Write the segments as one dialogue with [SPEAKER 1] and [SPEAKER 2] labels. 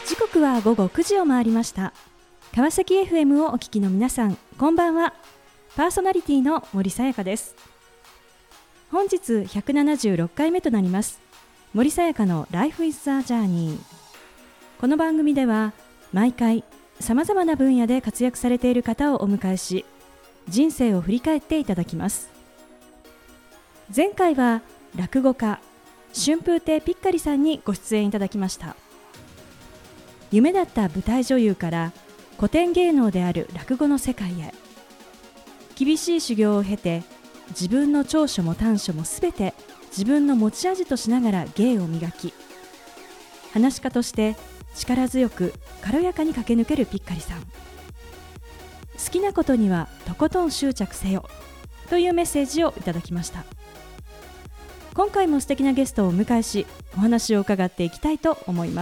[SPEAKER 1] 時刻は午後9時を回りました。川崎 FM をお聞きの皆さん、こんばんは。パーソナリティの森さやかです。本日176回目となります森さやかの Life is a Journey。 この番組では毎回さまざまな分野で活躍されている方をお迎えし、人生を振り返っていただきます。前回は落語家春風亭ピッカリさんにご出演いただきました。夢だった舞台女優から古典芸能である落語の世界へ、厳しい修行を経て自分の長所も短所もすべて自分の持ち味としながら芸を磨き、話し家として力強く軽やかに駆け抜けるピッカリさん。好きなことにはとことん執着せよというメッセージをいただきました。今回も素敵なゲストをお迎えし、お話を伺っていきたいと思います。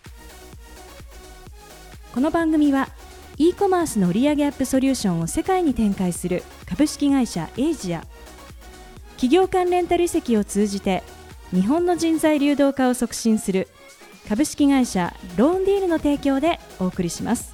[SPEAKER 1] この番組は e コマースの売上アップソリューションを世界に展開する株式会社エイジア、企業間レンタル移籍を通じて日本の人材流動化を促進する株式会社ローンディールの提供でお送りします。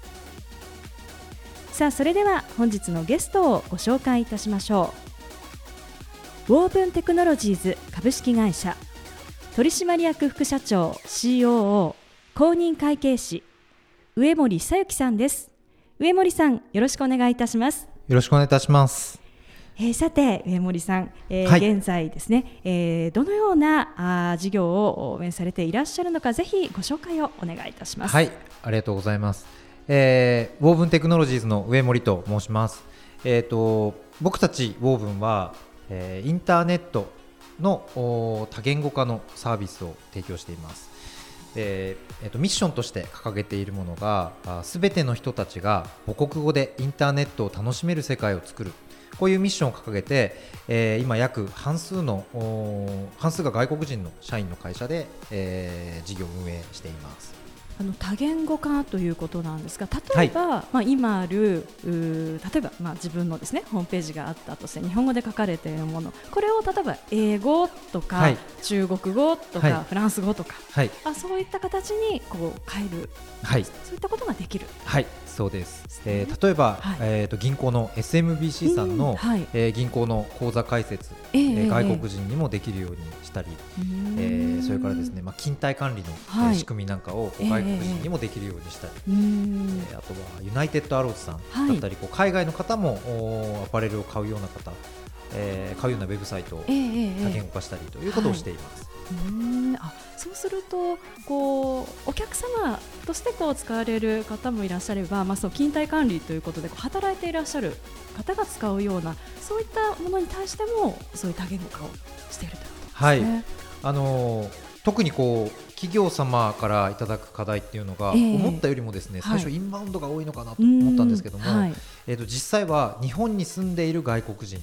[SPEAKER 1] さあ、それでは本日のゲストをご紹介いたしましょう。ウォーブンテクノロジーズ株式会社取締役副社長 COO 公認会計士上森久之さんです。上森さん、よろしくお願いいたします。
[SPEAKER 2] よろしくお願いいたします。
[SPEAKER 1] さて上森さん、
[SPEAKER 2] はい、
[SPEAKER 1] 現在ですね、どのような事業を応援されていらっしゃるのか、ぜひご紹介をお願いいたします。
[SPEAKER 2] はい、ありがとうございます。ウォーブンテクノロジーズの上森と申します。僕たちウォーブンは、インターネットの多言語化のサービスを提供しています。ミッションとして掲げているものが、すべての人たちが母国語でインターネットを楽しめる世界を作る、こういうミッションを掲げて、今約半数が外国人の社員の会社で、事業を運営しています。
[SPEAKER 1] 多言語化ということなんですが、例えば、今ある例えば、自分のですねホームページがあったとして日本語で書かれているもの、これを例えば英語とか、
[SPEAKER 2] はい、
[SPEAKER 1] 中国語とか、フランス語とか、そういった形にこう変える、そういったことができる。
[SPEAKER 2] はい、そうです。例えば、銀行の SMBC さんの、銀行の口座開設、外国人にもできるようにしたり、それからですね、勤怠管理の、仕組みなんかを外国人にもできるようにしたり、あとはユナイテッドアローズさんだったり、海外の方もアパレルを買うような方、買うようなウェブサイトを多言語化したりということをしています。
[SPEAKER 1] そうするとお客様として使われる方もいらっしゃれば、そう勤怠管理ということで働いていらっしゃる方が使うような、そういったものに対してもそういう多言語化をしているということですね。
[SPEAKER 2] 特に企業様からいただく課題っていうのが、思ったよりもですね、最初インバウンドが多いのかなと思ったんですけども、実際は日本に住んでいる外国人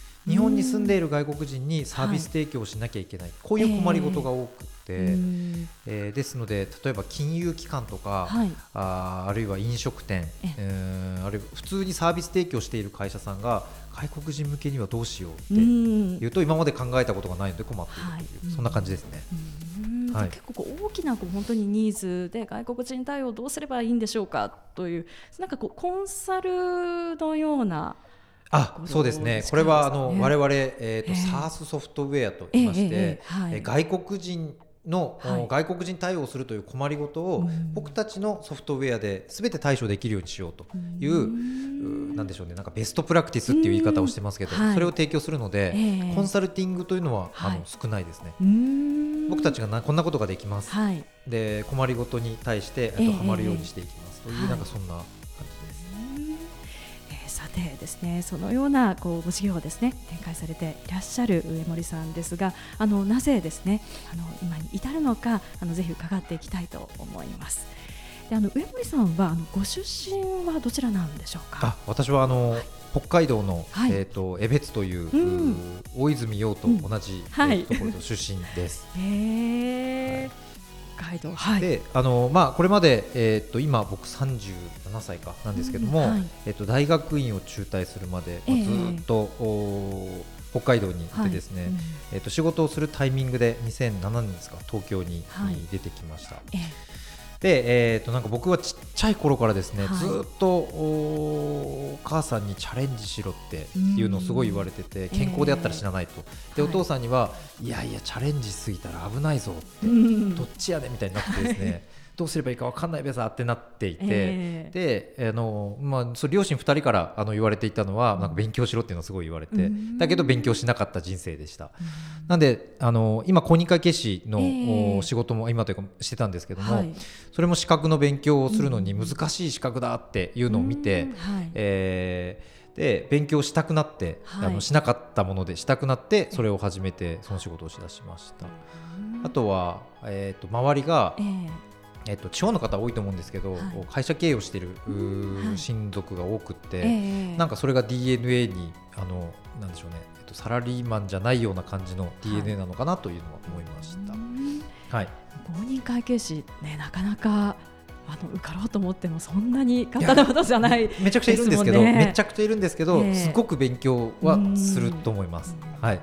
[SPEAKER 2] にサービス提供をしなきゃいけない、こういう困りごとが多くて、ですので例えば金融機関とか、あるいは飲食店、あるいは普通にサービス提供している会社さんが外国人向けにはどうしようっていうと、今まで考えたことがないので困っているという、そんな感じですね。
[SPEAKER 1] 結構大きな本当にニーズで外国人対応どうすればいいんでしょうかという、なんかコンサルのような。
[SPEAKER 2] そうですね。これは我々、SaaS ソフトウェアと言いまして、外国人対応するという困りごとを僕たちのソフトウェアで全て対処できるようにしようという、なんでしょうね、なんかベストプラクティスっていう言い方をしてますけど、それを提供するので、コンサルティングというのは少ないですね。僕たちがこんなことができます、で困りごとに対してはまるようにしていきますという、なんかそんな感じです。
[SPEAKER 1] さてですね、そのようなご事業をですね展開されていらっしゃる上森さんですが、なぜですね今に至るのか、ぜひ伺っていきたいと思います。で上森さんはご出身はどちらなんでしょうか。
[SPEAKER 2] 私は北海道の、江別という、大泉洋と同じ、ところの出身です。
[SPEAKER 1] 北海道、
[SPEAKER 2] でこれまで、今僕37歳なんですけども、大学院を中退するまで、ずっと北海道にいてですね、仕事をするタイミングで2007年ですか、東京に出てきました。 で、なんか僕はちっちゃい頃からですね、
[SPEAKER 1] はい、
[SPEAKER 2] ずっとお母さんにチャレンジしろっていうのをすごい言われてて、健康であったら死なないと、でお父さんには、いやいやチャレンジしすぎたら危ないぞって、どっちやでみたいになってですねどうすればいいか分かんないべさってなっていて、でそれ両親2人から言われていたのは、なんか勉強しろっていうのをすごい言われて、だけど勉強しなかった人生でした。なんで今公認会計士の仕事も今というかしてたんですけども、それも資格の勉強をするのに難しい資格だっていうのを見て、で勉強したくなって、しなかったものでしたくなってそれを始めてその仕事をしだしました。あとは、周りが、地方の方多いと思うんですけど、会社経営をしている親族が多くって、なんかそれが DNA になんでしょうね、サラリーマンじゃないような感じの DNA なのかなというのは思いました。
[SPEAKER 1] 公認会計士、ね、なかなか受かろうと思ってもそんなに簡単なことじゃないですもんね。
[SPEAKER 2] めちゃくちゃいるんですけど、めちゃくちゃいるんですけど、すごく勉強はすると思います。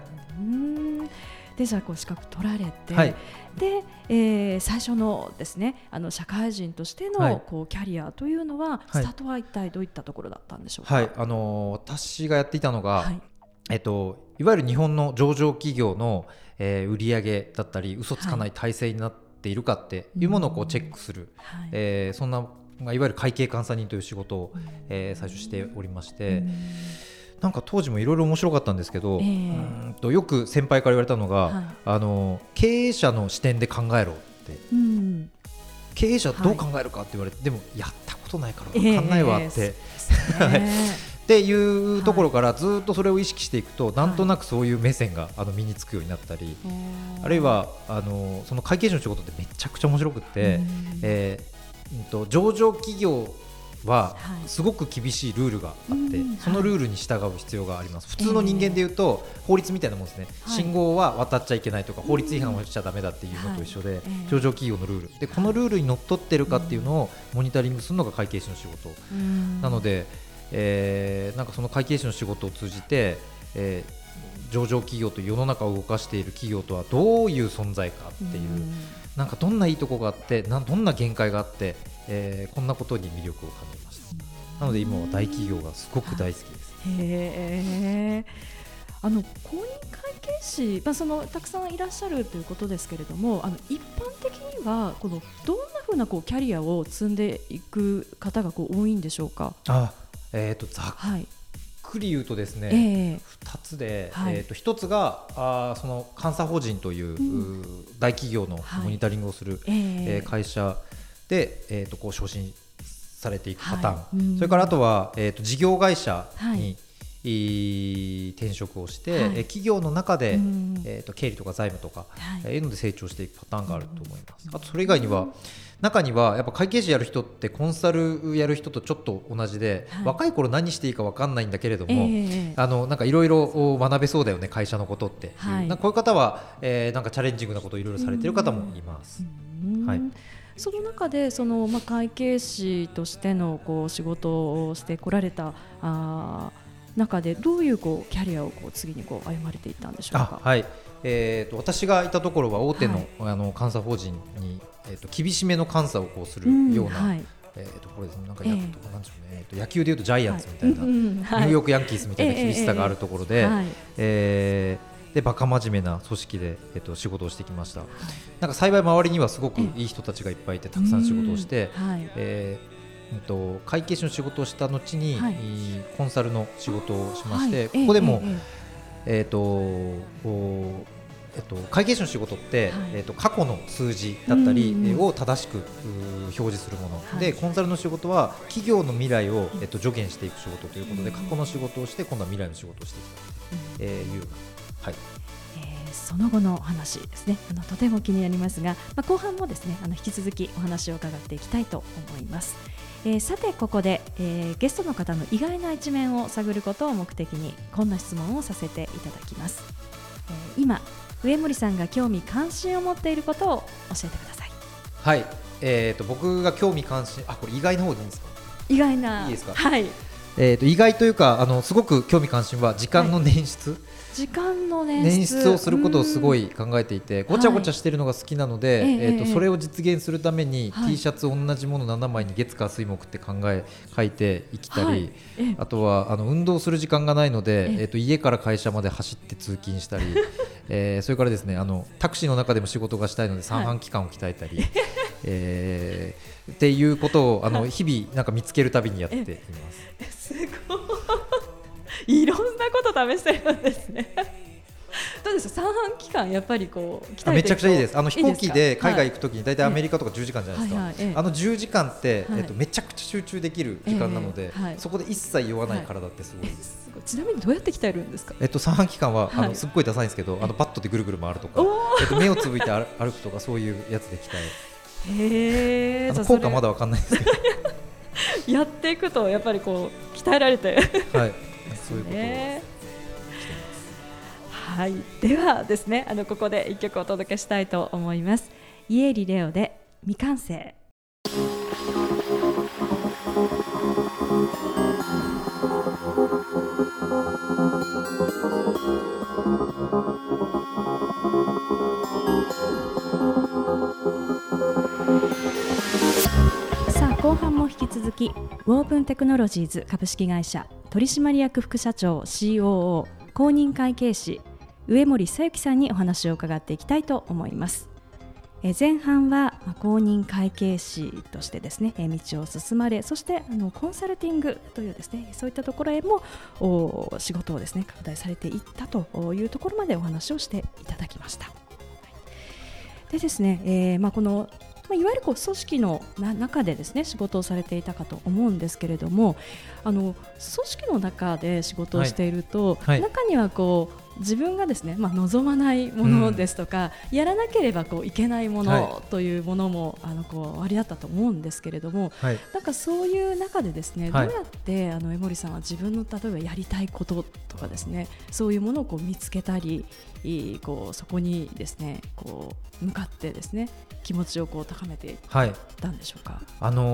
[SPEAKER 1] でじゃあ資格取られて、で、最初のですね社会人としてのキャリアというのは、スタートは一体どういったところだったんでしょうか。
[SPEAKER 2] 私がやっていたのが、いわゆる日本の上場企業の、売上だったり嘘つかない体制になっているかっていうものをチェックする、そんな、いわゆる会計監査人という仕事を、最初しておりまして、なんか当時もいろいろ面白かったんですけど、よく先輩から言われたのが、経営者の視点で考えろって、経営者どう考えるかって言われて、でもやったことないから分かんないわって、っていうところからずっとそれを意識していくと、なんとなくそういう目線が身につくようになったり、あるいはその会計士の仕事ってめちゃくちゃ面白くって、上場企業はすごく厳しいルールがあって、そのルールに従う必要があります。普通の人間でいうと法律みたいなもんですね。信号は渡っちゃいけないとか、法律違反をしちゃダメだっていうのと一緒で、上場企業のルールでこのルールにのっとってるかっていうのをモニタリングするのが会計士の仕事なので、なんかその会計士の仕事を通じて、上場企業と世の中を動かしている企業とはどういう存在かっていう、なんかどんないいとこがあって、どんな限界があって、こんなことに魅力を感じました。なので今は大企業がすごく大好きです。
[SPEAKER 1] 公認会計士、たくさんいらっしゃるということですけれども、一般的にはどんなふうなキャリアを積んでいく方が多いんでしょうか。
[SPEAKER 2] ざっくり言うとですね、2つで、1つがその監査法人という、大企業のモニタリングをする、会社で、昇進されていくパターン、それからあとは、事業会社に、転職をして、企業の中で、経理とか財務とか、いうので成長していくパターンがあると思います。あとそれ以外には中にはやっぱ会計士やる人ってコンサルやる人とちょっと同じで、若い頃何していいか分かんないんだけれども、なんかいろいろ学べそうだよね会社のことっていう、なんかこういう方は、なんかチャレンジングなことをいろいろされている方もいます。
[SPEAKER 1] その中で会計士としての仕事をしてこられた中でどういうキャリアを次に歩まれていったんでしょうか。
[SPEAKER 2] 私がいたところは大手の、監査法人に、厳しめの監査をするような、ところですね。なんかなんでしょうね、野球でいうとジャイアンツみたいな、ニューヨークヤンキースみたいな厳しさがあるところで、でバカ真面目な組織で、仕事をしてきました。なんか幸い周りにはすごくいい人たちがいっぱいいて、たくさん仕事をして、会計士の仕事をした後に、コンサルの仕事をしまして、ここでも、会計士の仕事って、過去の数字だったりを正しく表示するもので、コンサルの仕事は企業の未来を、助言していく仕事ということで、過去の仕事をして今度は未来の仕事をしていくという、
[SPEAKER 1] その後の話ですね、とても気になりますが、後半もですね引き続きお話を伺っていきたいと思います。さてここで、ゲストの方の意外な一面を探ることを目的にこんな質問をさせていただきます。今上森さんが興味関心を持っていることを教えてください。
[SPEAKER 2] 僕が興味関心、これ意外な方でいいんですか。
[SPEAKER 1] 意外な、
[SPEAKER 2] いいですか。 意外というかすごく興味関心は時間の捻出、
[SPEAKER 1] 時間の捻出
[SPEAKER 2] をすることをすごい考えていて、ごちゃごちゃしてるのが好きなので、それを実現するために、T シャツ同じもの7枚に月火水木って書いていきたり、あとは運動する時間がないので、家から会社まで走って通勤したりそれからですねタクシーの中でも仕事がしたいので三半規管を鍛えたり、っていうことを日々なんか見つけるたびにやっています。
[SPEAKER 1] すごいいろんなこと試してるんですね。どうですか、三半規管やっぱりこう鍛えていくと
[SPEAKER 2] めちゃくちゃいいです。飛行機で海外行くときに大体アメリカとか10時間じゃないですか。10時間って、めちゃくちゃ集中できる時間なので、そこで一切酔わない体ってすごいです。
[SPEAKER 1] ちなみにどうやって鍛えるんですか。
[SPEAKER 2] 三半規管はすっごいダサいんですけど、バットでぐるぐる回るとか、目をつぶいて歩くとか、そういうやつで鍛える。効果まだわかんないですけど
[SPEAKER 1] やっていくとやっぱりこう鍛えられて
[SPEAKER 2] はい、そういうことです。
[SPEAKER 1] はい、ではですねここで一曲お届けしたいと思います。家入レオで未完成。さあ後半も引き続きウォーブンテクノロジーズ株式会社取締役副社長 COO 公認会計士上森さゆきさんにお話を伺っていきたいと思います。前半は公認会計士としてですね道を進まれ、そしてコンサルティングというですねそういったところへも仕事をですね拡大されていったというところまでお話をしていただきました。でですね、このいわゆる組織の中でですね仕事をされていたかと思うんですけれども、組織の中で仕事をしていると、中にはこう自分がですね、望まないものですとか、やらなければいけないものというものもありだったと思うんですけれども、なんかそういう中でですね、どうやって江森さんは自分の例えばやりたいこととかですねそういうものを見つけたりそこにですね向かってですね気持ちを高めていったんでしょうか。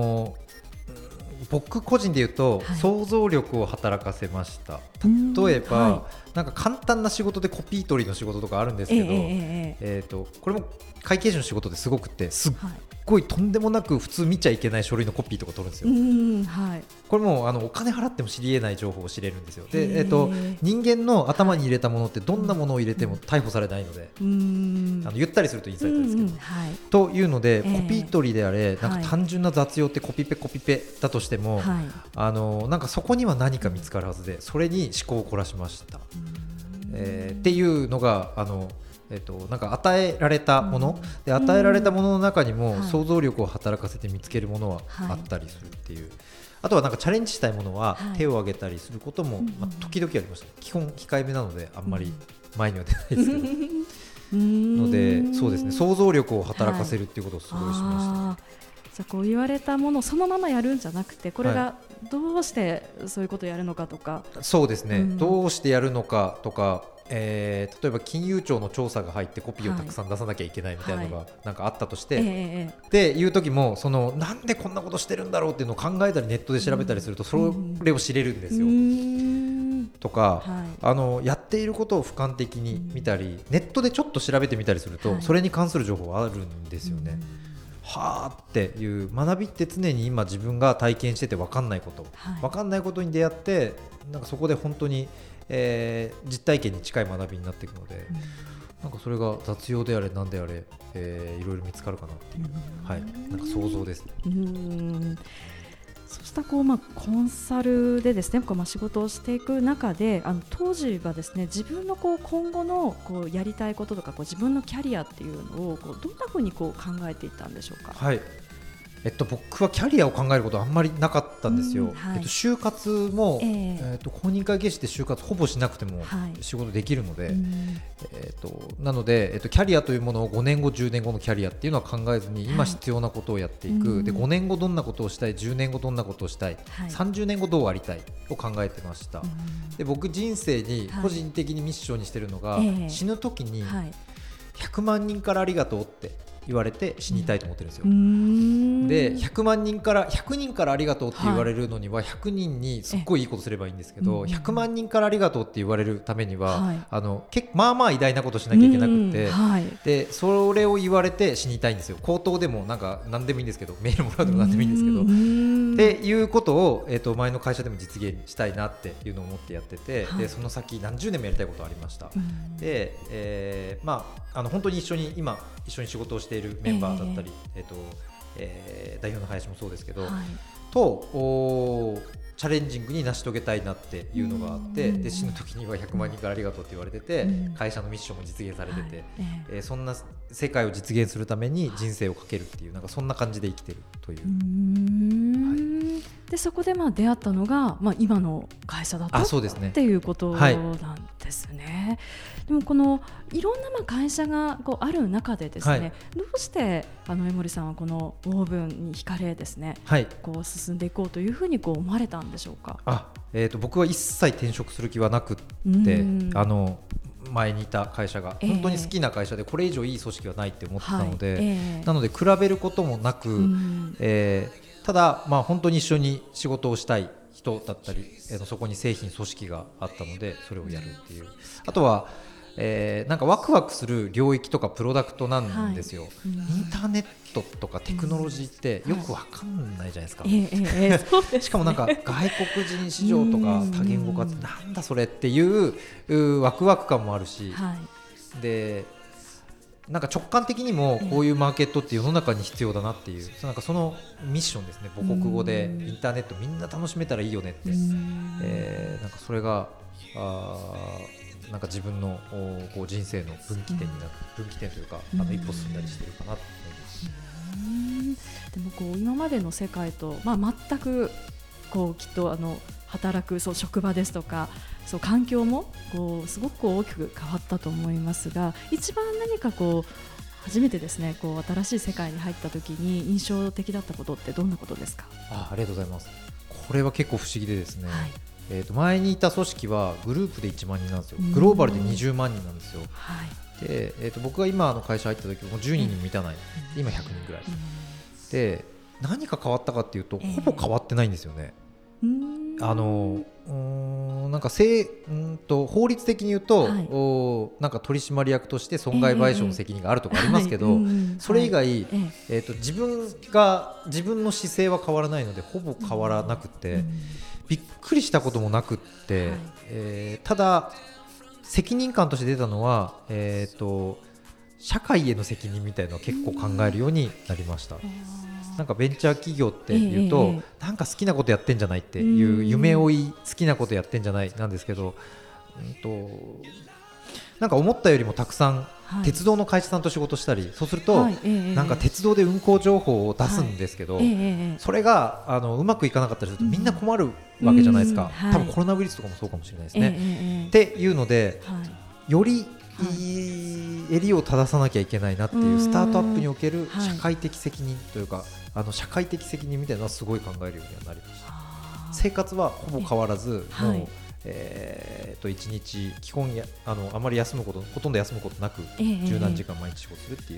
[SPEAKER 2] 僕個人で言うと、想像力を働かせました。例えば、なんか簡単な仕事でコピー取りの仕事とかあるんですけど、これも会計士の仕事ですごくてすっごいとんでもなく普通見ちゃいけない書類のコピーとか取るんですよ。これもお金払っても知り得ない情報を知れるんですよ。で、人間の頭に入れたものってどんなものを入れても逮捕されないので、言ったりするとインサイトですけど、というので、コピー取りであれなんか単純な雑用ってコピペだとしても、なんかそこには何か見つかるはずで、それに思考を凝らしました。っていうのがなんか与えられたもので、与えられたものの中にも想像力を働かせて見つけるものはあったりするっていう、あとはなんかチャレンジしたいものは手を挙げたりすることも時々ありました。基本控えめなのであんまり前には出ないですけどので、そうですね、想像力を働かせるっていうことをすごいしました。
[SPEAKER 1] じゃあ言われたものをそのままやるんじゃなくて、これがどうしてそういうことをやるのかとか、
[SPEAKER 2] そうですね、どうしてやるのかとか、例えば金融庁の調査が入ってコピーをたくさん出さなきゃいけないみたいなのがなんかあったとして、っていう時もなんでこんなことしてるんだろうっていうのを考えたりネットで調べたりするとそれを知れるんですよ。とか、やっていることを俯瞰的に見たり、ネットでちょっと調べてみたりすると、それに関する情報はあるんですよね。はーっていう学びって常に今自分が体験してて分かんないこと、分かんないことに出会って、なんかそこで本当に実体験に近い学びになっていくので、なんかそれが雑用であれ何であれ、いろいろ見つかるかなっていう、なんか想像ですね。
[SPEAKER 1] そうしたコンサルでですね仕事をしていく中で、当時はですね自分の今後のやりたいこととか自分のキャリアっていうのをどんなふうに考えていったんでしょうか。
[SPEAKER 2] 僕はキャリアを考えることはあんまりなかったんですよ。就活も、公認会計士って就活ほぼしなくても仕事できるので、なので、キャリアというものを5年後10年後のキャリアっていうのは考えずに今必要なことをやっていく、で5年後どんなことをしたい、10年後どんなことをしたい、30年後どうありたいを考えてました。で僕人生に個人的にミッションにしてるのが、死ぬ時に100万人からありがとうって言われて死にたいと思ってるんですよ。で100人からありがとうって言われるのには100人にすっごいいいことすればいいんですけど、100万人からありがとうって言われるためには、まあまあ偉大なことしなきゃいけなくて、でそれを言われて死にたいんですよ。口頭でもなんか何でもいいんですけど、メールもらうでも何でもいいんですけど、っていうことを、前の会社でも実現したいなっていうのを思ってやってて、でその先何十年もやりたいことありました。で、本当に今一緒に仕事をしているメンバーだったり、代表の林もそうですけど、とチャレンジングに成し遂げたいなっていうのがあって、で死ぬ時には100万人からありがとうって言われてて、会社のミッションも実現されてて、そんな世界を実現するために人生をかけるっていう、なんかそんな感じで生きてるという。
[SPEAKER 1] でそこで出会ったのが、今の会社だとっていうことなんですね。でもこのいろんな会社がある中でですね、どうして江守さんはこのウォーブンに惹かれですね、進んでいこうというふうに思われたんでしょうか。
[SPEAKER 2] 僕は一切転職する気はなくって、前にいた会社が本当に好きな会社で、これ以上いい組織はないって思ってたので、なので比べることもなく、ただ本当に一緒に仕事をしたい人だったり、そこに製品組織があったのでそれをやるっていう。あとはなんかワクワクする領域とかプロダクトなんですよ。インターネットとかテクノロジーってよくわかんないじゃないですか。しかもなんか外国人市場とか多言語化ってなんだそれっていうワクワク感もあるし、でなんか直感的にもこういうマーケットって世の中に必要だなっていう、なんかそのミッションですね。母国語でインターネットみんな楽しめたらいいよねって、なんかそれがなんか自分の人生の分岐点というか、一歩進んだりしてるかなと思います。
[SPEAKER 1] でも今までの世界と、全くきっと働く職場ですとか環境もすごく大きく変わったと思いますが、一番何か初めてですね新しい世界に入った時に印象的だったことってどんなことですか。
[SPEAKER 2] ありがとうございます。これは結構不思議でですね、前にいた組織はグループで1万人なんですよ。グローバルで20万人なんですよ。で、僕が今の会社入った時も10人にも満たない、今100人ぐらいで、何か変わったかっていうと、ほぼ変わってないんですよね。なんか法律的に言うと、なんか取締役として損害賠償の責任があるとかありますけど、それ以外、自分の姿勢は変わらないのでほぼ変わらなくて、びっくりしたこともなくって、ただ責任感として出たのは、社会への責任みたいなのを結構考えるようになりました。なんかベンチャー企業っていうと、なんか好きなことやってんじゃないっていう夢追い、好きなことやってんじゃないなんですけど、なんか思ったよりもたくさん鉄道の会社さんと仕事したり、そうするとなんか鉄道で運行情報を出すんですけど、それがうまくいかなかったりするとみんな困るわけじゃないですか。多分コロナウイルスとかもそうかもしれないですね。っていうので、より襟を正さなきゃいけないなっていう、スタートアップにおける社会的責任というか、社会的責任みたいなのはすごい考えるようにはなりました。生活はほぼ変わらず、もう1日基本あまりほとんど休むことなく、十何時間毎日仕事するっていう、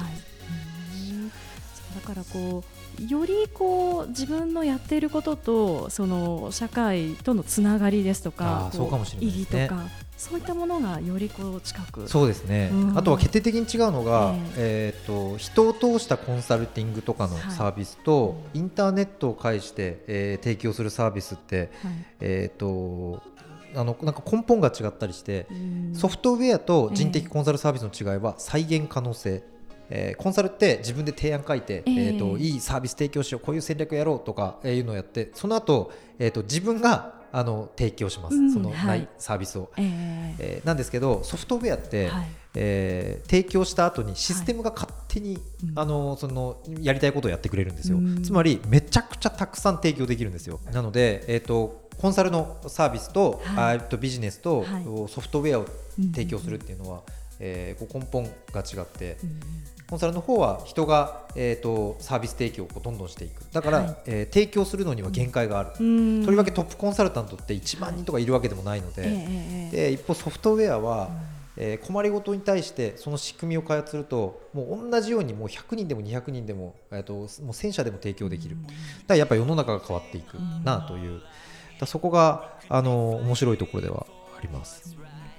[SPEAKER 1] だからより自分のやっていることと社会とのつながりですとか、意義とかそういったものがより近く。
[SPEAKER 2] そうですね、あとは決定的に違うのが、人を通したコンサルティングとかのサービスと、インターネットを介して、提供するサービスって、なんか根本が違ったりして、ソフトウェアと人的コンサルサービスの違いは再現可能性、コンサルって自分で提案書いて、いいサービス提供しよう、こういう戦略やろうとかいうのをやって、その後、自分が提供します、そのないサービスを、なんですけど、ソフトウェアって、提供した後にシステムが勝手に、そのやりたいことをやってくれるんですよ。つまりめちゃくちゃたくさん提供できるんですよ。なので、コンサルのサービスと、ビジネスと、ソフトウェアを提供するっていうのは、根本が違って、コンサルの方は人が、サービス提供をどんどんしていく。だから、提供するのには限界がある。とりわけトップコンサルタントって1万人とかいるわけでもないので、で一方ソフトウェアは、 困りごとに対してその仕組みを開発するともう同じようにもう100人でも200人でも、もう1000社でも提供できる。だからやっぱり世の中が変わっていくなという、だそこが面白いところではあります。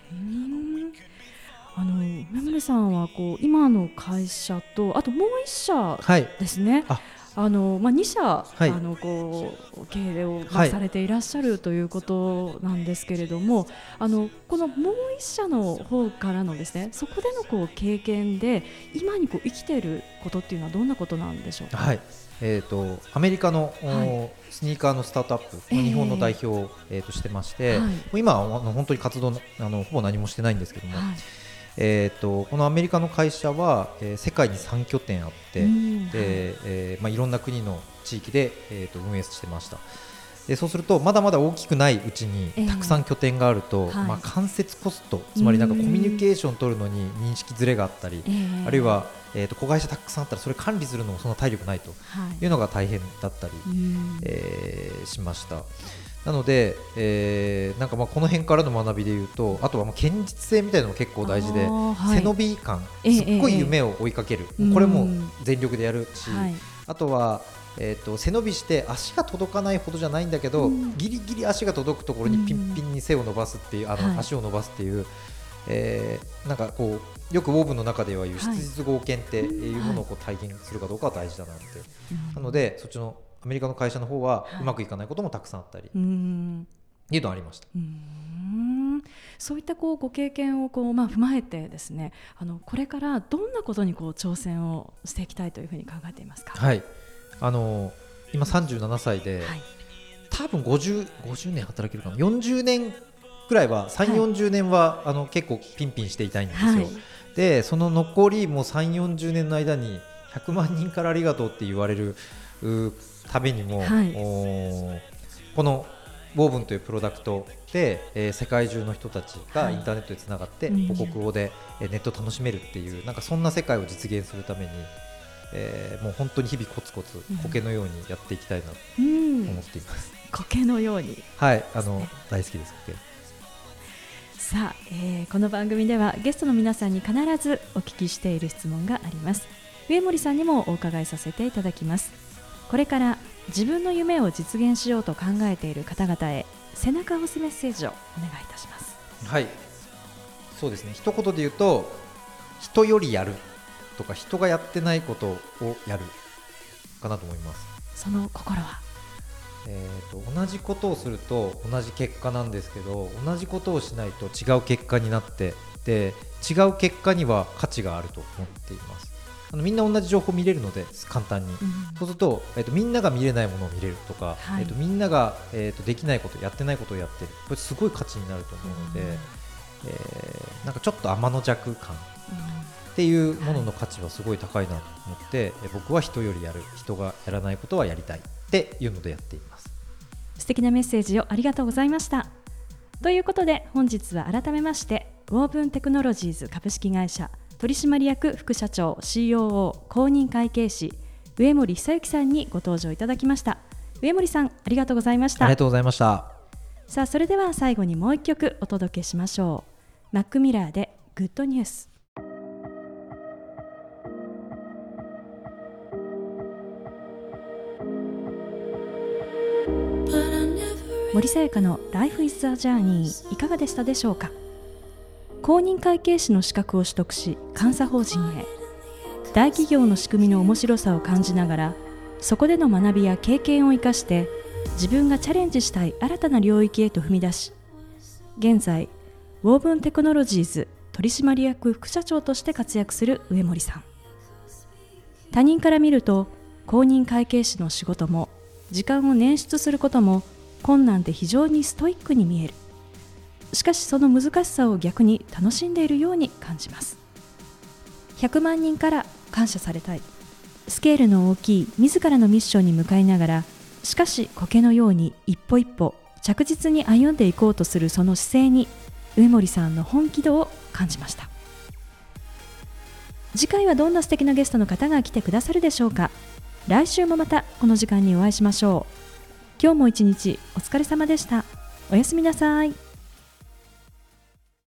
[SPEAKER 1] 上森さんは今の会社とあともう1社ですね、2社、経営を、されていらっしゃるということなんですけれども、このもう1社の方からのですね、そこでの経験で今に生きていることっていうのはどんなことなんでしょうか。
[SPEAKER 2] アメリカの、スニーカーのスタートアップの日本の代表を、してまして、今は本当に活動ほぼ何もしてないんですけども、このアメリカの会社は、世界に3拠点あって、でいろんな国の地域で、運営してました。でそうするとまだまだ大きくないうちにたくさん拠点があると、間接コスト、つまりなんかコミュニケーションを取るのに認識ずれがあったり、あるいは、子会社たくさんあったらそれ管理するのもそんな体力ないというのが大変だったり、しました。なので、なんかこの辺からの学びでいうと、あとは堅実性みたいなのも結構大事で、背伸び感、すっごい夢を追いかける、これも全力でやるし、あとは、背伸びして足が届かないほどじゃないんだけど、ギリギリ足が届くところにピンピンに背を伸ばすっていう、足を伸ばすっていう、なんかよくウォーブンの中ではいう質実合憲っていうものを体現するかどうかは大事だなって、なのでそっちのアメリカの会社の方はうまくいかないこともたくさんあったり、っていうのがありました。
[SPEAKER 1] そういったご経験を踏まえてですね、これからどんなことに挑戦をしていきたいというふうに考えていますか。
[SPEAKER 2] 今37歳で、多分50年働けるかな、40年くらいは3、40年は結構ピンピンしていたいんですよ。でその残りもう3、40年の間に100万人からありがとうって言われるためにも、このウォーブンというプロダクトで、世界中の人たちがインターネットでつながって母国語で、ネットを楽しめるっていう、なんかそんな世界を実現するために、もう本当に日々コツコツ苔のようにやっていきたいなと思っています。
[SPEAKER 1] 苔のように、
[SPEAKER 2] 大好きです苔。
[SPEAKER 1] さあ、この番組ではゲストの皆さんに必ずお聞きしている質問があります。上森さんにもお伺いさせていただきます。これから自分の夢を実現しようと考えている方々へ背中を押すメッセージをお願いいたします。
[SPEAKER 2] そうですね、一言で言うと、人よりやるとか人がやってないことをやるかなと思います。
[SPEAKER 1] その心は、
[SPEAKER 2] 同じことをすると同じ結果なんですけど、同じことをしないと違う結果になって、で違う結果には価値があると思っています。みんな同じ情報見れるので簡単に、そうすると、みんなが見れないものを見れるとか、みんなが、できないこと、やってないことをやってる、これすごい価値になると思うので、なんかちょっと天の弱感っていうものの価値はすごい高いなと思って、僕は人よりやる、人がやらないことはやりたいっていうのでやっています。
[SPEAKER 1] 素敵なメッセージをありがとうございました。ということで本日は改めましてウォーブンテクノロジーズ株式会社取締役副社長 COO 公認会計士上森久之さんにご登場いただきました。上森さん、ありがとうございました。
[SPEAKER 2] ありがとうございました。
[SPEAKER 1] さあ、それでは最後にもう一曲お届けしましょう。マックミラーでグッドニュース。森さやかの Life is a Journey いかがでしたでしょうか。公認会計士の資格を取得し監査法人へ、大企業の仕組みの面白さを感じながらそこでの学びや経験を生かして自分がチャレンジしたい新たな領域へと踏み出し、現在ウォーブンテクノロジーズ取締役副社長として活躍する上森さん。他人から見ると公認会計士の仕事も時間を捻出することも困難で非常にストイックに見える。しかしその難しさを逆に楽しんでいるように感じます。100万人から感謝されたい、スケールの大きい自らのミッションに向かいながら、しかし苔のように一歩一歩着実に歩んでいこうとするその姿勢に上森さんの本気度を感じました。次回はどんな素敵なゲストの方が来てくださるでしょうか。来週もまたこの時間にお会いしましょう。今日も一日お疲れ様でした。おやすみなさい。